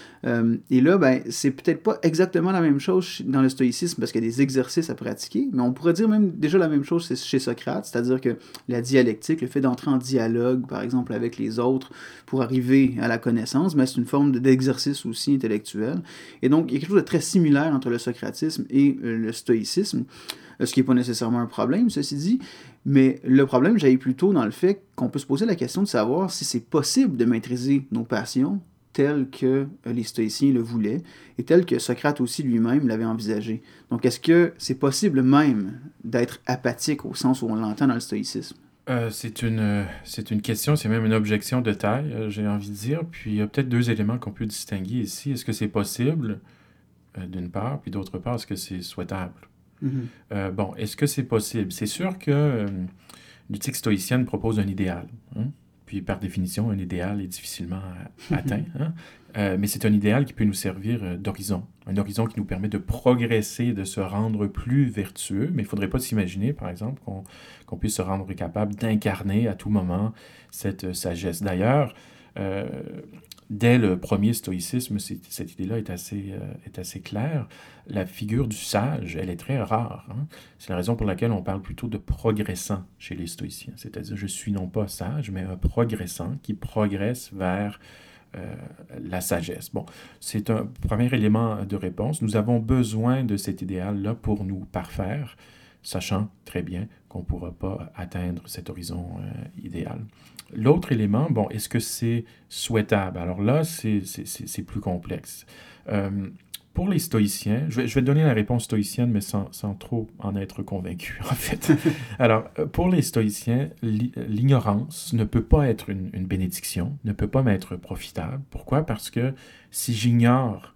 Et là, c'est peut-être pas exactement la même chose dans le stoïcisme parce qu'il y a des exercices à pratiquer, mais on pourrait dire même déjà la même chose chez Socrate, c'est-à-dire que la dialectique, le fait d'entrer en dialogue, par exemple, avec les autres pour arriver à la connaissance, c'est une forme d'exercice aussi intellectuel. Et donc, il y a quelque chose de très similaire entre le socratisme et le stoïcisme, ce qui n'est pas nécessairement un problème, ceci dit, mais le problème jaillit plutôt dans le fait qu'on peut se poser la question de savoir si c'est possible de maîtriser nos passions tel que les stoïciens le voulaient et tel que Socrate aussi lui-même l'avait envisagé. Donc, est-ce que c'est possible même d'être apathique au sens où on l'entend dans le stoïcisme? C'est une question, c'est même une objection de taille, j'ai envie de dire. Puis il y a peut-être deux éléments qu'on peut distinguer ici. Est-ce que c'est possible, d'une part, puis d'autre part, est-ce que c'est souhaitable? Mm-hmm. Est-ce que c'est possible? C'est sûr que l'éthique stoïcienne propose un idéal. Puis, par définition, un idéal est difficilement atteint. Mais c'est un idéal qui peut nous servir d'horizon. Un horizon qui nous permet de progresser, de se rendre plus vertueux. Mais il ne faudrait pas s'imaginer, par exemple, qu'on puisse se rendre capable d'incarner à tout moment cette sagesse. D'ailleurs, dès le premier stoïcisme, cette idée-là est assez claire. La figure du sage, elle est très rare. C'est la raison pour laquelle on parle plutôt de progressant chez les stoïciens. C'est-à-dire, je suis non pas sage, mais un progressant qui progresse vers la sagesse. C'est un premier élément de réponse. Nous avons besoin de cet idéal-là pour nous parfaire, sachant très bien qu'on ne pourra pas atteindre cet horizon idéal. L'autre élément, est-ce que c'est souhaitable? Alors là, c'est plus complexe. Pour les stoïciens, je vais donner la réponse stoïcienne, mais sans trop en être convaincu, en fait. Alors, pour les stoïciens, l'ignorance ne peut pas être une bénédiction, ne peut pas m'être profitable. Pourquoi? Parce que si j'ignore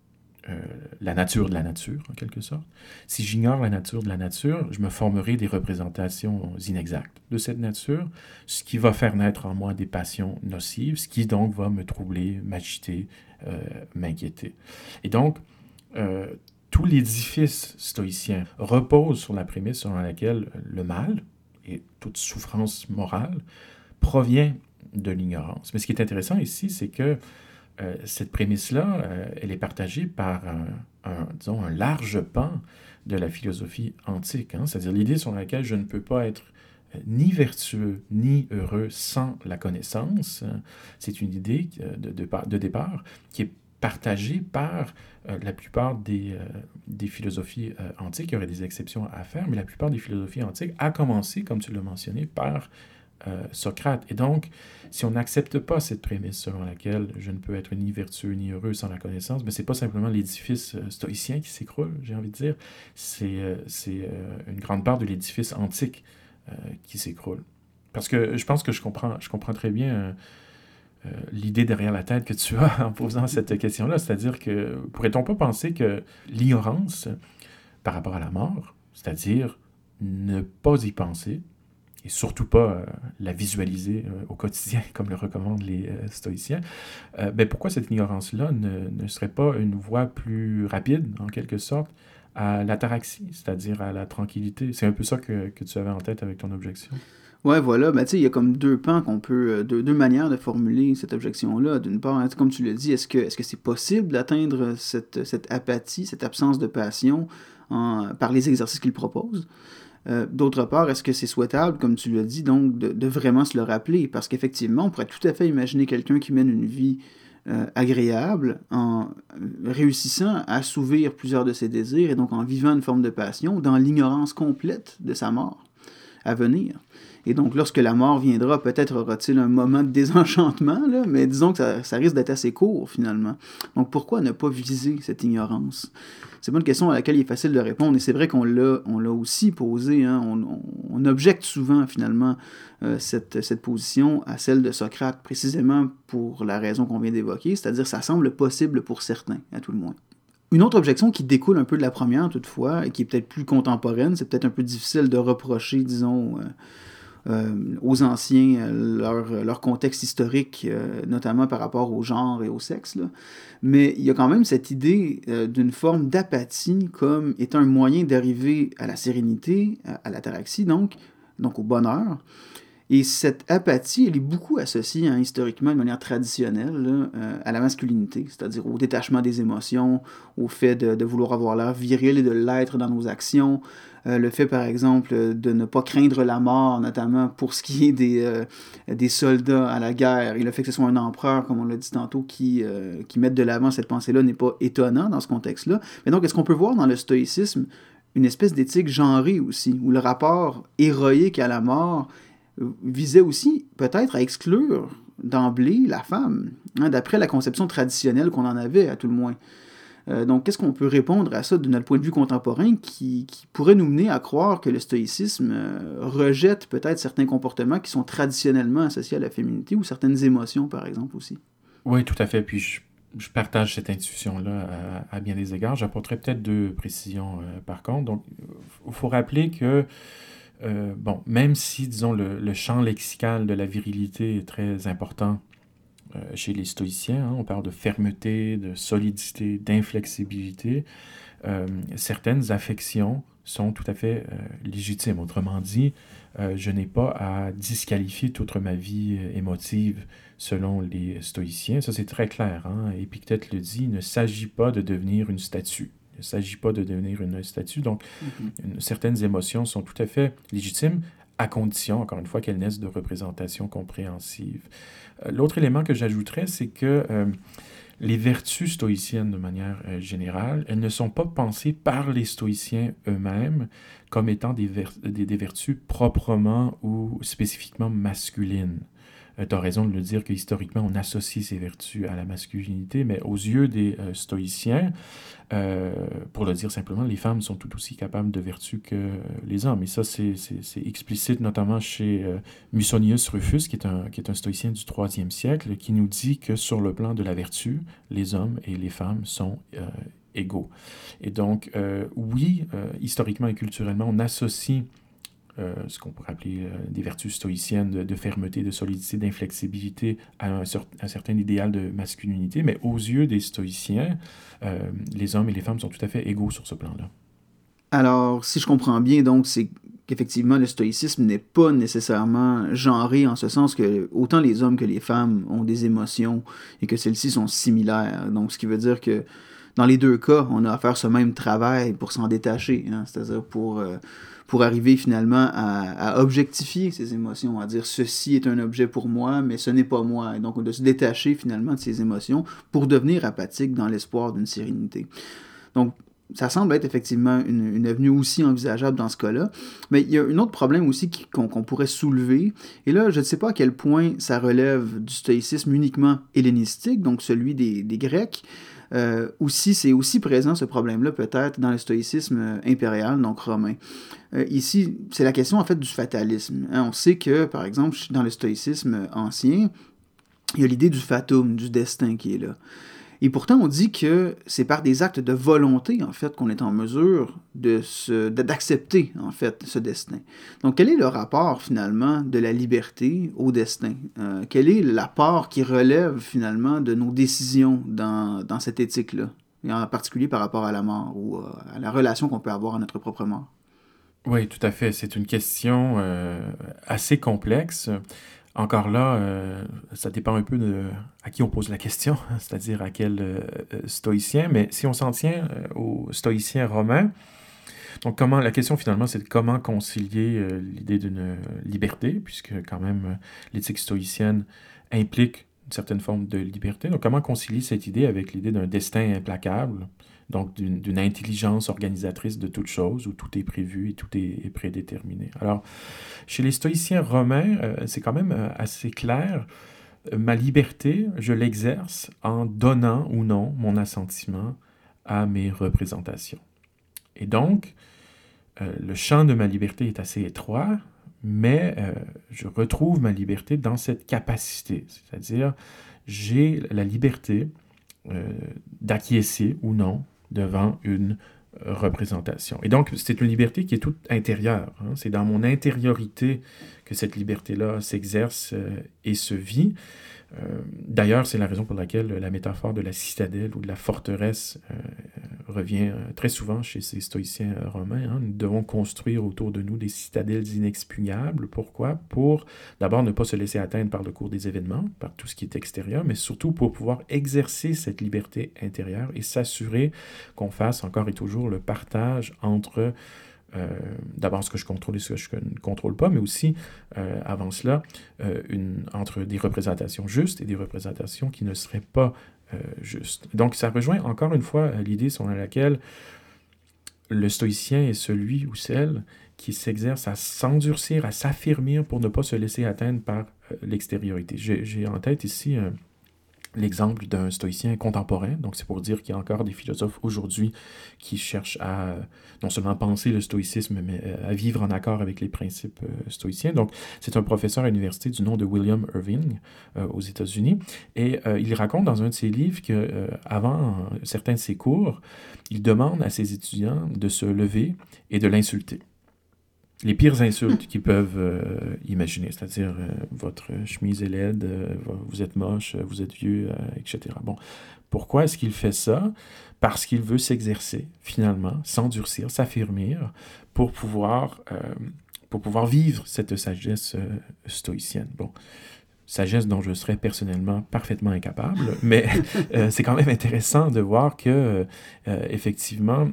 la nature de la nature, en quelque sorte. Si j'ignore la nature de la nature, je me formerai des représentations inexactes de cette nature, ce qui va faire naître en moi des passions nocives, ce qui donc va me troubler, m'agiter, m'inquiéter. Et donc, tout l'édifice stoïcien repose sur la prémisse selon laquelle le mal et toute souffrance morale provient de l'ignorance. Mais ce qui est intéressant ici, c'est que cette prémisse-là, elle est partagée par un large pan de la philosophie antique. C'est-à-dire l'idée sur laquelle je ne peux pas être ni vertueux ni heureux sans la connaissance. C'est une idée de départ qui est partagée par la plupart des philosophies antiques. Il y aurait des exceptions à faire, mais la plupart des philosophies antiques, à commencer, comme tu l'as mentionné, par Socrate. Et donc, si on n'accepte pas cette prémisse selon laquelle je ne peux être ni vertueux ni heureux sans la connaissance, mais c'est pas simplement l'édifice stoïcien qui s'écroule, j'ai envie de dire, c'est une grande part de l'édifice antique qui s'écroule. Parce que je pense que je comprends très bien l'idée derrière la tête que tu as en posant cette question-là. C'est-à-dire que, pourrait-on pas penser que l'ignorance par rapport à la mort, c'est-à-dire ne pas y penser, et surtout pas la visualiser au quotidien, comme le recommandent les stoïciens, pourquoi cette ignorance-là ne serait pas une voie plus rapide, en quelque sorte, à l'ataraxie, c'est-à-dire à la tranquillité? C'est un peu ça que tu avais en tête avec ton objection. Ouais, voilà. Tu sais, il y a comme deux pans qu'on peut... deux manières de formuler cette objection-là. D'une part, hein, comme tu l'as dit, est-ce que c'est possible d'atteindre cette apathie, cette absence de passion par les exercices qu'il propose? D'autre part, est-ce que c'est souhaitable, comme tu l'as dit, donc, de vraiment se le rappeler? Parce qu'effectivement, on pourrait tout à fait imaginer quelqu'un qui mène une vie agréable en réussissant à assouvir plusieurs de ses désirs et donc en vivant une forme de passion dans l'ignorance complète de sa mort à venir. Et donc, lorsque la mort viendra, peut-être aura-t-il un moment de désenchantement, là, mais disons que ça risque d'être assez court, finalement. Donc, pourquoi ne pas viser cette ignorance? C'est pas une question à laquelle il est facile de répondre, et c'est vrai qu'on l'a aussi posé. Hein. On objecte souvent, finalement, cette position à celle de Socrate, précisément pour la raison qu'on vient d'évoquer, c'est-à-dire que ça semble possible pour certains, à tout le moins. Une autre objection qui découle un peu de la première, toutefois, et qui est peut-être plus contemporaine, c'est peut-être un peu difficile de reprocher, disons... aux anciens, leur contexte historique, notamment par rapport au genre et au sexe. Là. Mais il y a quand même cette idée d'une forme d'apathie comme étant un moyen d'arriver à la sérénité, à l'ataraxie, donc au bonheur. Et cette apathie, elle est beaucoup associée historiquement, de manière traditionnelle, là, à la masculinité, c'est-à-dire au détachement des émotions, au fait de vouloir avoir l'air viril et de l'être dans nos actions, le fait, par exemple, de ne pas craindre la mort, notamment pour ce qui est des soldats à la guerre, et le fait que ce soit un empereur, comme on l'a dit tantôt, qui mette de l'avant cette pensée-là n'est pas étonnant dans ce contexte-là. Mais donc, est-ce qu'on peut voir dans le stoïcisme une espèce d'éthique genrée aussi, où le rapport héroïque à la mort visait aussi peut-être à exclure d'emblée la femme, hein, d'après la conception traditionnelle qu'on en avait, à tout le moins. Donc, qu'est-ce qu'on peut répondre à ça de notre point de vue contemporain qui pourrait nous mener à croire que le stoïcisme rejette peut-être certains comportements qui sont traditionnellement associés à la féminité ou certaines émotions, par exemple, aussi? Oui, tout à fait. Puis je partage cette intuition-là à bien des égards. J'apporterai peut-être 2 précisions par contre. Donc, il faut rappeler que même si, disons, le champ lexical de la virilité est très important chez les stoïciens, hein, on parle de fermeté, de solidité, d'inflexibilité, certaines affections sont tout à fait légitimes. Autrement dit, je n'ai pas à disqualifier toute ma vie émotive selon les stoïciens. Ça, c'est très clair. Hein? Épictète le dit, il ne s'agit pas de devenir une statue. Il ne s'agit pas de devenir une statue. Donc, certaines émotions sont tout à fait légitimes, à condition, encore une fois, qu'elles naissent de représentations compréhensives. L'autre élément que j'ajouterais, c'est que les vertus stoïciennes, de manière générale, elles ne sont pas pensées par les stoïciens eux-mêmes comme étant des vertus proprement ou spécifiquement masculines. Tu as raison de le dire que historiquement, on associe ces vertus à la masculinité, mais aux yeux des stoïciens, pour le dire simplement, les femmes sont tout aussi capables de vertus que les hommes. Et ça, c'est explicite notamment chez Musonius Rufus, qui est un stoïcien du IIIe siècle, qui nous dit que sur le plan de la vertu, les hommes et les femmes sont égaux. Et donc, oui, historiquement et culturellement, on associe ce qu'on pourrait appeler des vertus stoïciennes de fermeté, de solidité, d'inflexibilité à un certain idéal de masculinité, mais aux yeux des stoïciens, les hommes et les femmes sont tout à fait égaux sur ce plan-là. Alors, si je comprends bien, donc, c'est qu'effectivement, le stoïcisme n'est pas nécessairement genré en ce sens que autant les hommes que les femmes ont des émotions et que celles-ci sont similaires. Donc, ce qui veut dire que dans les deux cas, on a à faire ce même travail pour s'en détacher, hein, c'est-à-dire pour arriver finalement à objectifier ces émotions, à dire ceci est un objet pour moi, mais ce n'est pas moi. Et donc, de se détacher finalement de ces émotions pour devenir apathique dans l'espoir d'une sérénité. Donc, ça semble être effectivement une avenue aussi envisageable dans ce cas-là. Mais il y a un autre problème aussi qu'on pourrait soulever. Et là, je ne sais pas à quel point ça relève du stoïcisme uniquement hellénistique, donc celui des Grecs, C'est aussi présent, ce problème-là, peut-être, dans le stoïcisme impérial, donc romain. Ici, c'est la question, en fait, du fatalisme. On sait que, par exemple, dans le stoïcisme ancien, il y a l'idée du fatum, du destin qui est là. Et pourtant, on dit que c'est par des actes de volonté, en fait, qu'on est en mesure d'accepter, en fait, ce destin. Donc, quel est le rapport, finalement, de la liberté au destin? Quel est l'apport qui relève, finalement, de nos décisions dans cette éthique-là? Et en particulier par rapport à la mort ou à la relation qu'on peut avoir à notre propre mort. Oui, tout à fait. C'est une question assez complexe. Encore là, ça dépend un peu à qui on pose la question, c'est-à-dire à quel stoïcien. Mais si on s'en tient aux stoïciens romains, donc la question finalement, c'est de comment concilier l'idée d'une liberté, puisque quand même l'éthique stoïcienne implique une certaine forme de liberté. Donc comment concilier cette idée avec l'idée d'un destin implacable, donc d'une intelligence organisatrice de toute chose, où tout est prévu et tout est prédéterminé. Alors, chez les stoïciens romains, c'est quand même assez clair. Ma liberté, je l'exerce en donnant ou non mon assentiment à mes représentations. Et donc, le champ de ma liberté est assez étroit, mais je retrouve ma liberté dans cette capacité. C'est-à-dire, j'ai la liberté d'acquiescer ou non devant une représentation. Et donc, c'est une liberté qui est toute intérieure. C'est dans mon intériorité que cette liberté-là s'exerce et se vit. D'ailleurs, c'est la raison pour laquelle la métaphore de la citadelle ou de la forteresse revient très souvent chez ces stoïciens romains. Nous devons construire autour de nous des citadelles inexpugnables. Pourquoi? Pour d'abord ne pas se laisser atteindre par le cours des événements, par tout ce qui est extérieur, mais surtout pour pouvoir exercer cette liberté intérieure et s'assurer qu'on fasse encore et toujours le partage entre d'abord ce que je contrôle et ce que je ne contrôle pas, mais aussi, avant cela, entre des représentations justes et des représentations qui ne seraient pas justes. Donc, ça rejoint encore une fois l'idée selon laquelle le stoïcien est celui ou celle qui s'exerce à s'endurcir, à s'affirmer pour ne pas se laisser atteindre par l'extériorité. J'ai en tête ici l'exemple d'un stoïcien contemporain, donc c'est pour dire qu'il y a encore des philosophes aujourd'hui qui cherchent à non seulement penser le stoïcisme, mais à vivre en accord avec les principes stoïciens. Donc c'est un professeur à l'université du nom de William Irving aux États-Unis, et il raconte dans un de ses livres qu'avant certains de ses cours, il demande à ses étudiants de se lever et de l'insulter. Les pires insultes qu'ils peuvent imaginer, c'est-à-dire votre chemise est laide, vous êtes moche, vous êtes vieux, etc. Bon, pourquoi est-ce qu'il fait ça? Parce qu'il veut s'exercer, finalement, s'endurcir, s'affirmer pour pouvoir vivre cette sagesse stoïcienne. Bon, sagesse dont je serais personnellement parfaitement incapable, mais c'est quand même intéressant de voir que, effectivement,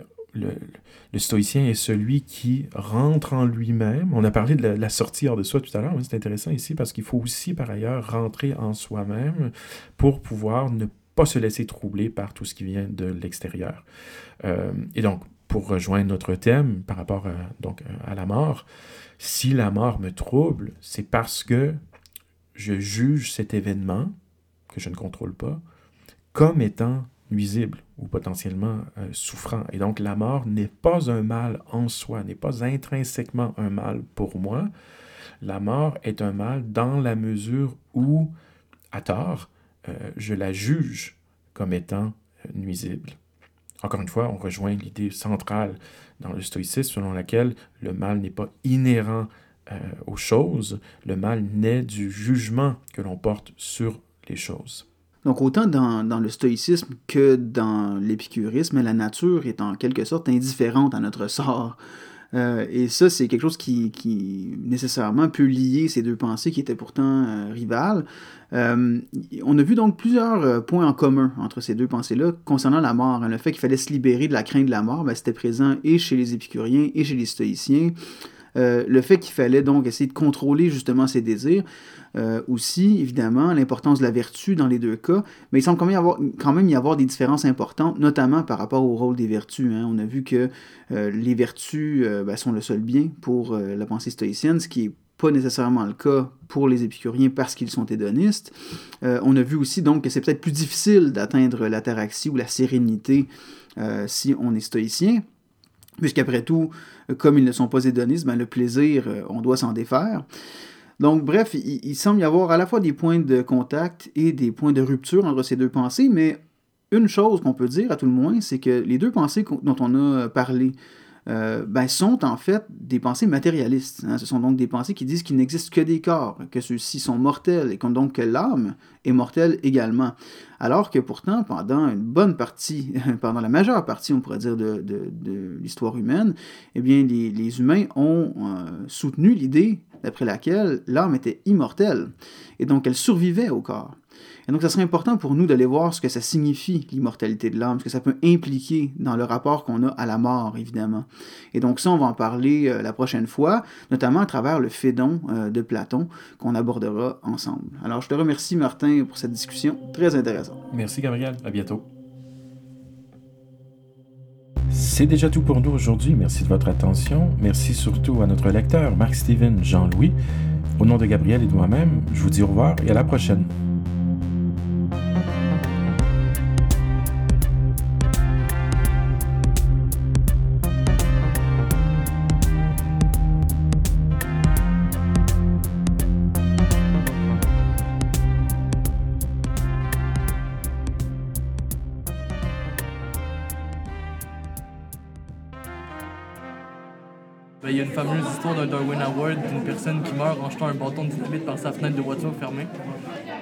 le stoïcien est celui qui rentre en lui-même. On a parlé de la sortie hors de soi tout à l'heure, mais c'est intéressant ici parce qu'il faut aussi par ailleurs rentrer en soi-même pour pouvoir ne pas se laisser troubler par tout ce qui vient de l'extérieur. Et donc, pour rejoindre notre thème par rapport à la mort, si la mort me trouble, c'est parce que je juge cet événement, que je ne contrôle pas, comme étant nuisible ou potentiellement souffrant. Et donc, la mort n'est pas un mal en soi, n'est pas intrinsèquement un mal pour moi. La mort est un mal dans la mesure où, à tort, je la juge comme étant nuisible. Encore une fois, on rejoint l'idée centrale dans le stoïcisme selon laquelle le mal n'est pas inhérent aux choses, le mal naît du jugement que l'on porte sur les choses. Donc, autant dans le stoïcisme que dans l'épicurisme, la nature est en quelque sorte indifférente à notre sort. Et ça, c'est quelque chose qui nécessairement peut lier ces deux pensées qui étaient pourtant rivales. On a vu donc plusieurs points en commun entre ces deux pensées-là concernant la mort. Le fait qu'il fallait se libérer de la crainte de la mort, c'était présent et chez les épicuriens et chez les stoïciens. Le fait qu'il fallait donc essayer de contrôler justement ses désirs. Aussi, évidemment, l'importance de la vertu dans les deux cas, mais il semble quand même y avoir des différences importantes, notamment par rapport au rôle des vertus. On a vu que les vertus sont le seul bien pour la pensée stoïcienne, ce qui est pas nécessairement le cas pour les épicuriens parce qu'ils sont hédonistes. On a vu aussi donc que c'est peut-être plus difficile d'atteindre l'ataraxie ou la sérénité si on est stoïcien, puisqu'après tout, comme ils ne sont pas hédonistes, ben, le plaisir, on doit s'en défaire. Donc, bref, il semble y avoir à la fois des points de contact et des points de rupture entre ces deux pensées, mais une chose qu'on peut dire, à tout le moins, c'est que les deux pensées dont on a parlé sont en fait des pensées matérialistes. Hein. Ce sont donc des pensées qui disent qu'il n'existe que des corps, que ceux-ci sont mortels, et donc que l'âme est mortelle également. Alors que pourtant, pendant une bonne partie, pendant la majeure partie, on pourrait dire, de l'histoire humaine, eh bien, les humains ont soutenu l'idée d'après laquelle l'âme était immortelle, et donc elle survivait au corps. Et donc, ça serait important pour nous d'aller voir ce que ça signifie, l'immortalité de l'âme, ce que ça peut impliquer dans le rapport qu'on a à la mort, évidemment. Et donc ça, on va en parler la prochaine fois, notamment à travers le Phédon de Platon, qu'on abordera ensemble. Alors, je te remercie, Martin, pour cette discussion très intéressante. Merci, Gabriel. À bientôt. C'est déjà tout pour nous aujourd'hui. Merci de votre attention. Merci surtout à notre lecteur, Marc-Steven Jean-Louis. Au nom de Gabriel et de moi-même, je vous dis au revoir et à la prochaine. Il y a une fameuse histoire d'un Darwin Award d'une personne qui meurt en jetant un bâton de dynamite par sa fenêtre de voiture fermée.